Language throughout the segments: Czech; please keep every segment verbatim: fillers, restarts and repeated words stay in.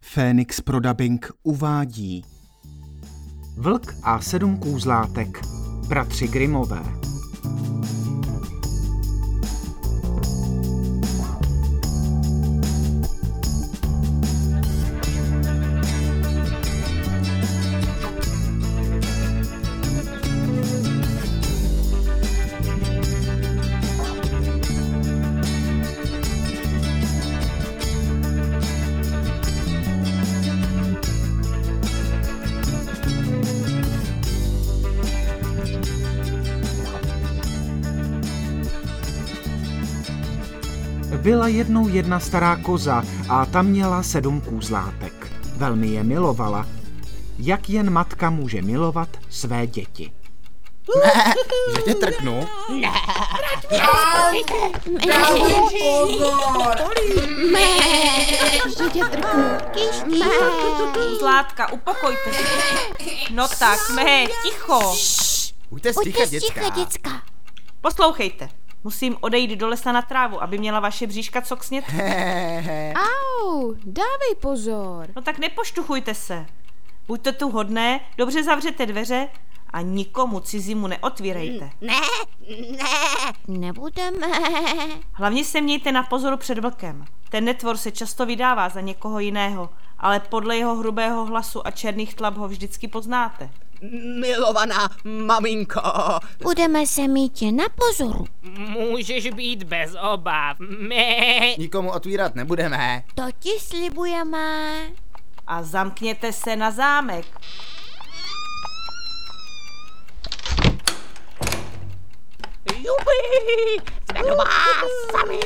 Fénix pro dabing uvádí Vlk a sedm kůzlátek, bratři Grimmové. Byla jednou jedna stará koza a ta měla sedm kůzlátek. Velmi je milovala. Jak jen matka může milovat své děti. Ne, že tě trknu. Ne. Že tě trknu. Kůzlátka, upokojte se. No tak, mé, ticho. Buďte sticha, děcka. Poslouchejte. Musím odejít do lesa na trávu, aby měla vaše bříška co k snědku. Au, dávej pozor. No tak nepoštuchujte se. Buďte tu hodné, dobře zavřete dveře a nikomu cizímu neotvírejte. Ne, ne, nebudeme. Hlavně se mějte na pozoru před vlkem. Ten netvor se často vydává za někoho jiného, ale podle jeho hrubého hlasu a černých tlap ho vždycky poznáte. Milovaná maminko. Budeme se mít na pozoru. Můžeš být bez obav. Mé. Nikomu otvírat nebudeme. To ti slibujeme. A zamkněte se na zámek. Jupi, jsme doma sami.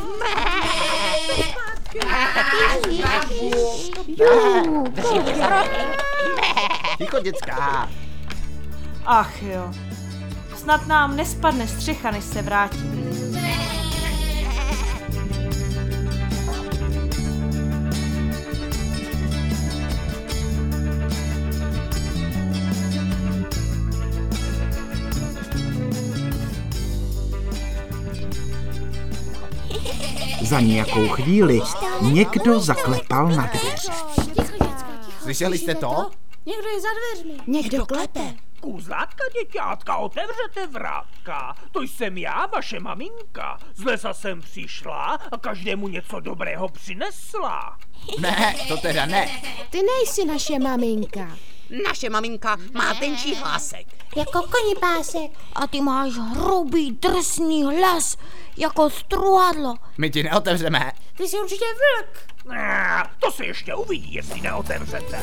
Ticho, děcka. Ach jo. Snad nám nespadne střecha, než se vrátí. Za nějakou chvíli někdo zaklepal na dveře. Slyšeli jste to? Někdo je za dveřmi. Někdo klepe. Kůzlátka, děťátka, otevřete vrátka. To jsem já, vaše maminka. Z lesa jsem přišla a každému něco dobrého přinesla. Ne, to teda ne. Ty nejsi naše maminka. Naše maminka má tenčí hlásek. Jako konipásek. A ty máš hrubý, drsný hlas, jako struhadlo. My ti neotevřeme. Ty jsi určitě vlk. Ne, to se ještě uvidí, jestli neotevřete.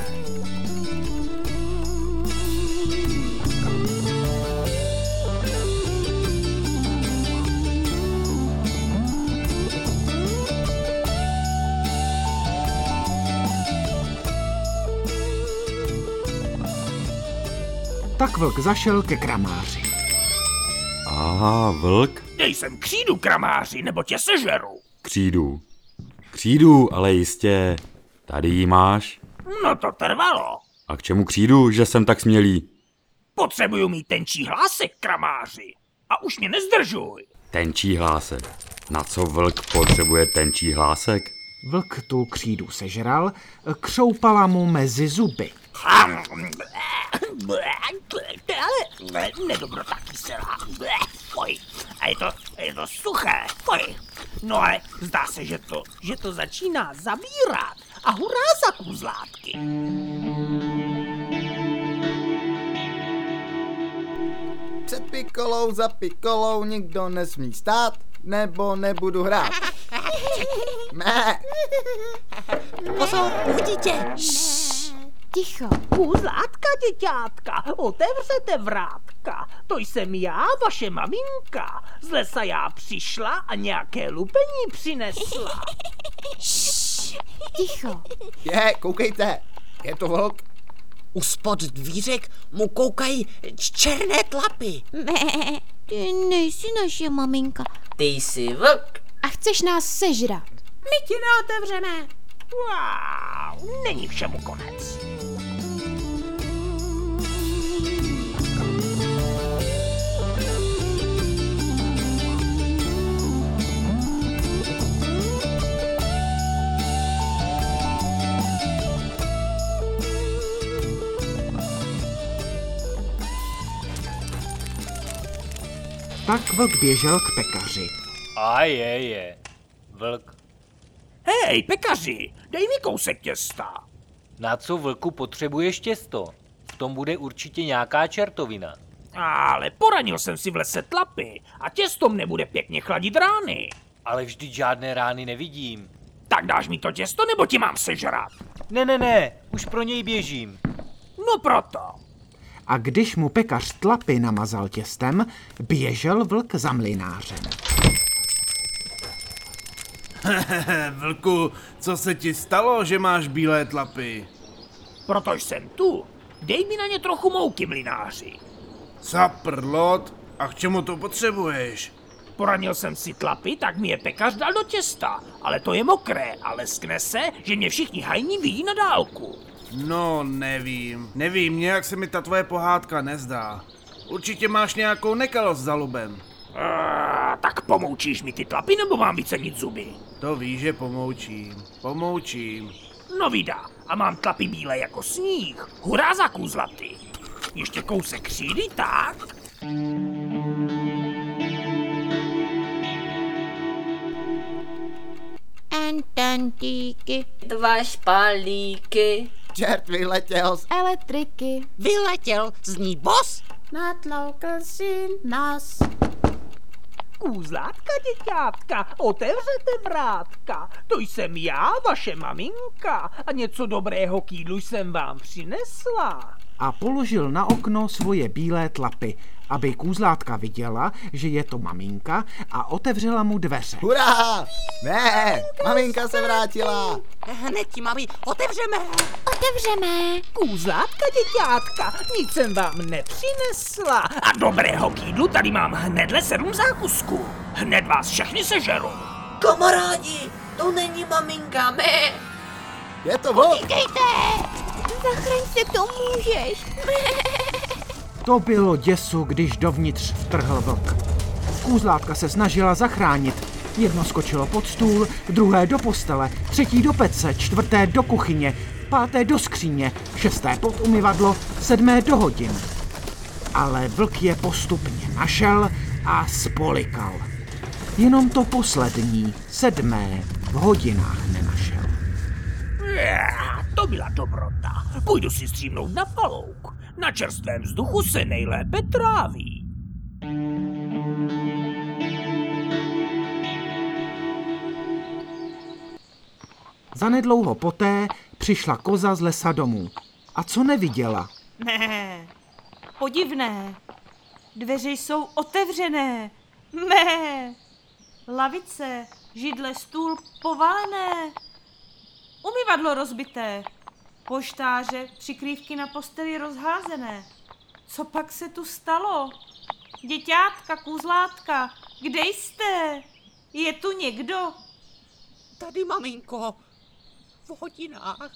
Tak vlk zašel ke kramáři. Aha, vlk? Dej sem křídu, kramáři, nebo tě sežeru. Křídu. Křídu, ale jistě. Tady ji máš. No to trvalo. A k čemu křídu, že jsem tak smělý? Potřebuju mít tenčí hlásek, kramáři. A už mě nezdržuj. Tenčí hlásek. Na co vlk potřebuje tenčí hlásek? Vlk tu křídu sežral, křoupala mu mezi zuby. Ale nedobrota kyselá. Fuj. A je to, je to suché. Fuj. No ale zdá se, že to, že to začíná zavírat. A hurá za kůzlátky. Před pikolou za pikolou nikdo nesmí stát, nebo nebudu hrát. Ne. Pozor, uvidíte. Ticho. Kůzlátka, děťátka, otevřete vrátka. To jsem já, vaše maminka. Z lesa já přišla a nějaké lupení přinesla. Ticho. Je, koukejte. Je to vlk. Uspod dvířek mu koukají černé tlapy. Mé, ty nejsi naše maminka. Ty jsi vlk. A chceš nás sežrat. My ti neotevřeme. Wow, není všemu konec. Tak vlk běžel k pekaři. A je, je. Vlk. Hej, pekaři, dej mi kousek těsta. Na co vlku potřebuješ těsto? V tom bude určitě nějaká čertovina. Ale poranil jsem si v lese tlapy a těsto mne bude pěkně chladit rány. Ale vždyť žádné rány nevidím. Tak dáš mi to těsto, nebo ti mám sežrat? Ne, ne, ne, už pro něj běžím. No proto. A když mu pekař tlapy namazal těstem, běžel vlk za mlynářem. Vlku, co se ti stalo, že máš bílé tlapy? Proto jsem tu. Dej mi na ně trochu mouky, mlynáři. Zaprlot, a k čemu to potřebuješ? Poranil jsem si tlapy, tak mi je pekař dal do těsta. Ale to je mokré a leskne se, že mě všichni hajní vidí na dálku. No, nevím. Nevím, nějak se mi ta tvoje pohádka nezdá. Určitě máš nějakou nekalost za lubem. A, tak pomoučíš mi ty tlapy, nebo mám vycenit zuby? To víš, že pomoučím. Pomoučím. No vida, a mám tlapy bílé jako sníh. Hurá za kůzlaty. Ještě kousek křídy, tak? Ententíky. Dva špalíky. Čert vyletěl z... Elektriky. Vyletěl z ní bos? Natloukl si nos. Kůzlátka, děťátka, otevřete vrátka. To jsem já, vaše maminka. A něco dobrého k jídlu jsem vám přinesla. A položil na okno svoje bílé tlapy, aby kůzlátka viděla, že je to maminka, a otevřela mu dveře. Hurá! Ne, maminka se vrátila. Hned ti, mami, otevřeme. Otevřeme. Kůzlátka, děťátka, nic jsem vám nepřinesla. A dobrého k jídlu tady mám hnedle sedm zákusků. Hned vás všechny sežeru. Kamarádi, to není maminka, mé. Je to vlk. Dejte. Zachraň se, to můžeš. To bylo děsu, když dovnitř vtrhl vlk. Kůzlátka se snažila zachránit. Jedno skočilo pod stůl, druhé do postele, třetí do pece, čtvrté do kuchyně, páté do skříně, šesté pod umyvadlo, sedmé do hodin. Ale vlk je postupně našel a spolikal. Jenom to poslední, sedmé, v hodinách nenašel. Já, to byla dobrota. Půjdu si střímnout na palouk. Na čerstvém vzduchu se nejlépe tráví. Zanedlouho poté přišla koza z lesa domů. A co neviděla? Ne, podivné. Dveře jsou otevřené. Mé. Lavice, židle, stůl povalené. Umyvadlo rozbité. Poštáře, přikrývky na posteli rozházené. Co pak se tu stalo? Děťátka, kůzlátka, kde jste? Je tu někdo? Tady, maminko, v hodinách.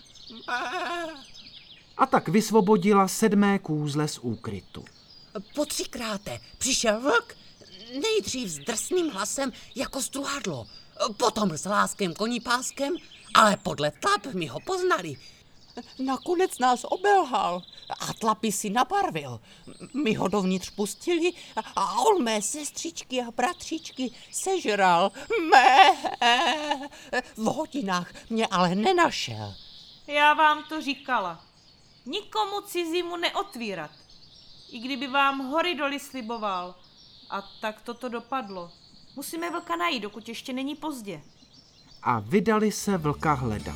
A tak vysvobodila sedmé kůzle z úkrytu. Po třikráte přišel vlk, nejdřív s drsným hlasem jako struhadlo, potom s láskem konipáskem, ale podle tlap mi ho poznali. Nakonec nás obelhal a tlapy si nabarvil. My ho dovnitř pustili a on mé sestřičky a bratříčky sežral. Mé. V hodinách mě ale nenašel. Já vám to říkala. Nikomu cizímu neotvírat. I kdyby vám hory doly sliboval. A tak toto dopadlo. Musíme vlka najít, dokud ještě není pozdě. A vydali se vlka hledat.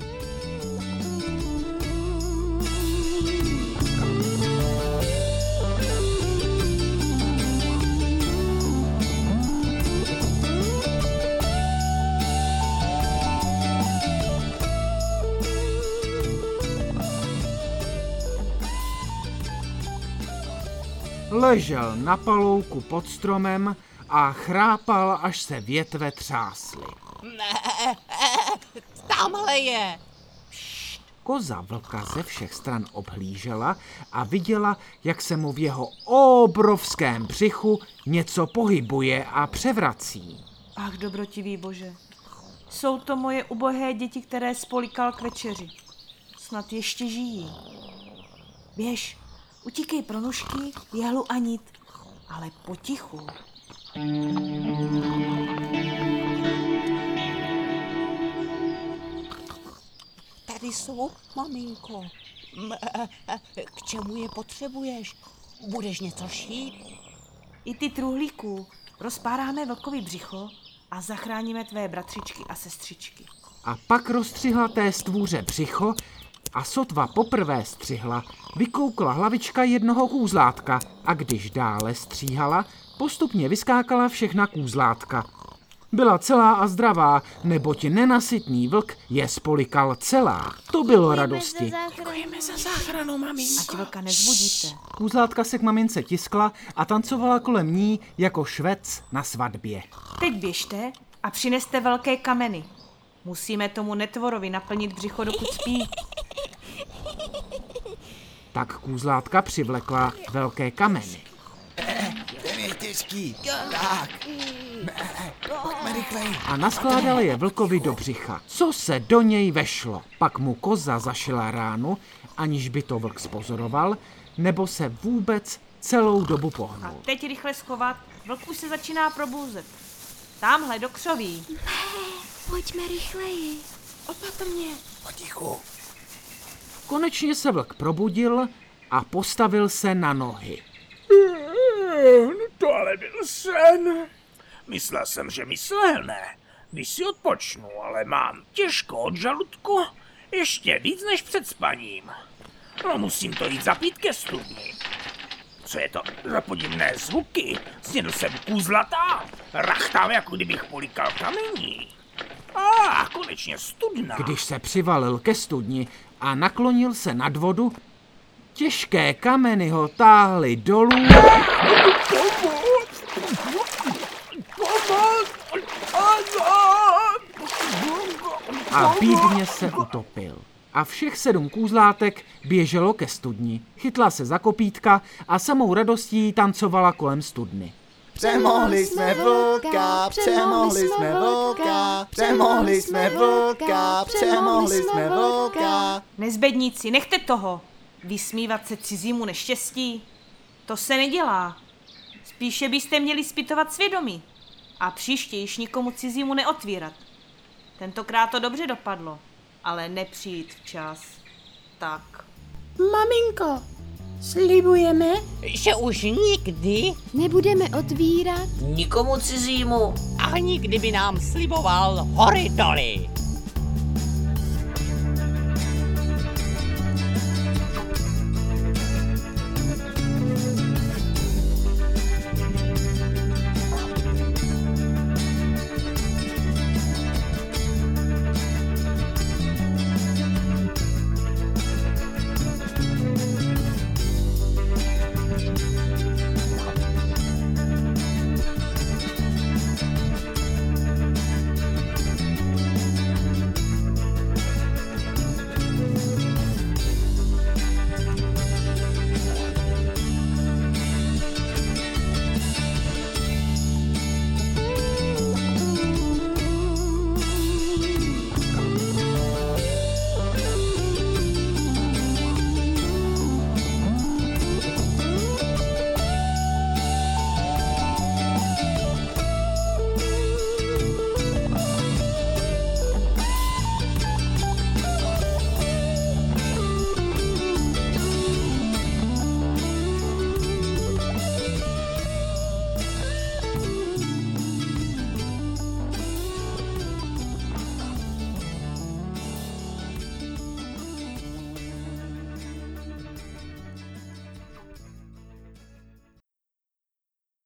Ležel na palouku pod stromem a chrápal, až se větve třásly. Ne, tamhle je. Koza vlka ze všech stran obhlížela a viděla, jak se mu v jeho obrovském břichu něco pohybuje a převrací. Ach, dobrotivý Bože. Jsou to moje ubohé děti, které spolikal k večeři. Snad ještě žijí. Běž, utíkej pro nůžky, jehlu a nit, ale potichu. Tady jsou, maminko. M- e- e- K čemu je potřebuješ? Budeš něco šít? I ty truhlíků. Rozpáráme vlkovi břicho a zachráníme tvé bratřičky a sestřičky. A pak rozstřihla té stvůře břicho a sotva poprvé střihla, vykoukla hlavička jednoho kůzlátka a když dále stříhala, postupně vyskákala všechna kůzlátka. Byla celá a zdravá, neboť nenasytný vlk je spolikal celá. To bylo radosti. Děkujeme za záchranu, maminko. Ať vlka nezbudíte. Kůzlátka se k mamince tiskla a tancovala kolem ní jako švec na svatbě. Teď běžte a přineste velké kameny. Musíme tomu netvorovi naplnit břicho, dokud spí. Tak kůzlátka přivlekla velké kameny. Ten je těžký. Tak. Pojďme rychleji. A naskládala je vlkovi do břicha. Co se do něj vešlo? Pak mu koza zašila ránu, aniž by to vlk spozoroval, nebo se vůbec celou dobu A pohnul. teď rychle schovat, vlk už se začíná probouzet. Tamhle do křoví. Pojďme rychleji. Opatrně. Potichu. Konečně se vlk probudil a postavil se na nohy. To ale byl sen. Myslel jsem, že mi slehne, když si odpočnu, ale mám těžko od žaludku, ještě víc než před spaním. No, musím to jít zapít ke studni. Co je to za podivné zvuky? Snědl jsem kůzlata, rachtám, jako kdybych polikal kamení. A ah, konečně studna. Když se přivalil ke studni a naklonil se nad vodu, těžké kameny ho táhly dolů a bídně se utopil. A všech sedm kůzlátek běželo ke studni, chytla se za kopítka a samou radostí tancovala kolem studny. Přemohli jsme vlka, přemohli jsme vlka, přemohli jsme vlka, přemohli jsme vlka. Nezbedníci, nechte toho. Vysmívat se cizímu neštěstí? To se nedělá. Spíše byste měli zpytovat svědomí. A příště již nikomu cizímu neotvírat. Tentokrát to dobře dopadlo, ale nepřijít včas. Tak. Maminko, slibujeme, Že už nikdy, Nebudeme otvírat. nikomu cizímu, ani kdyby nám sliboval hory doly.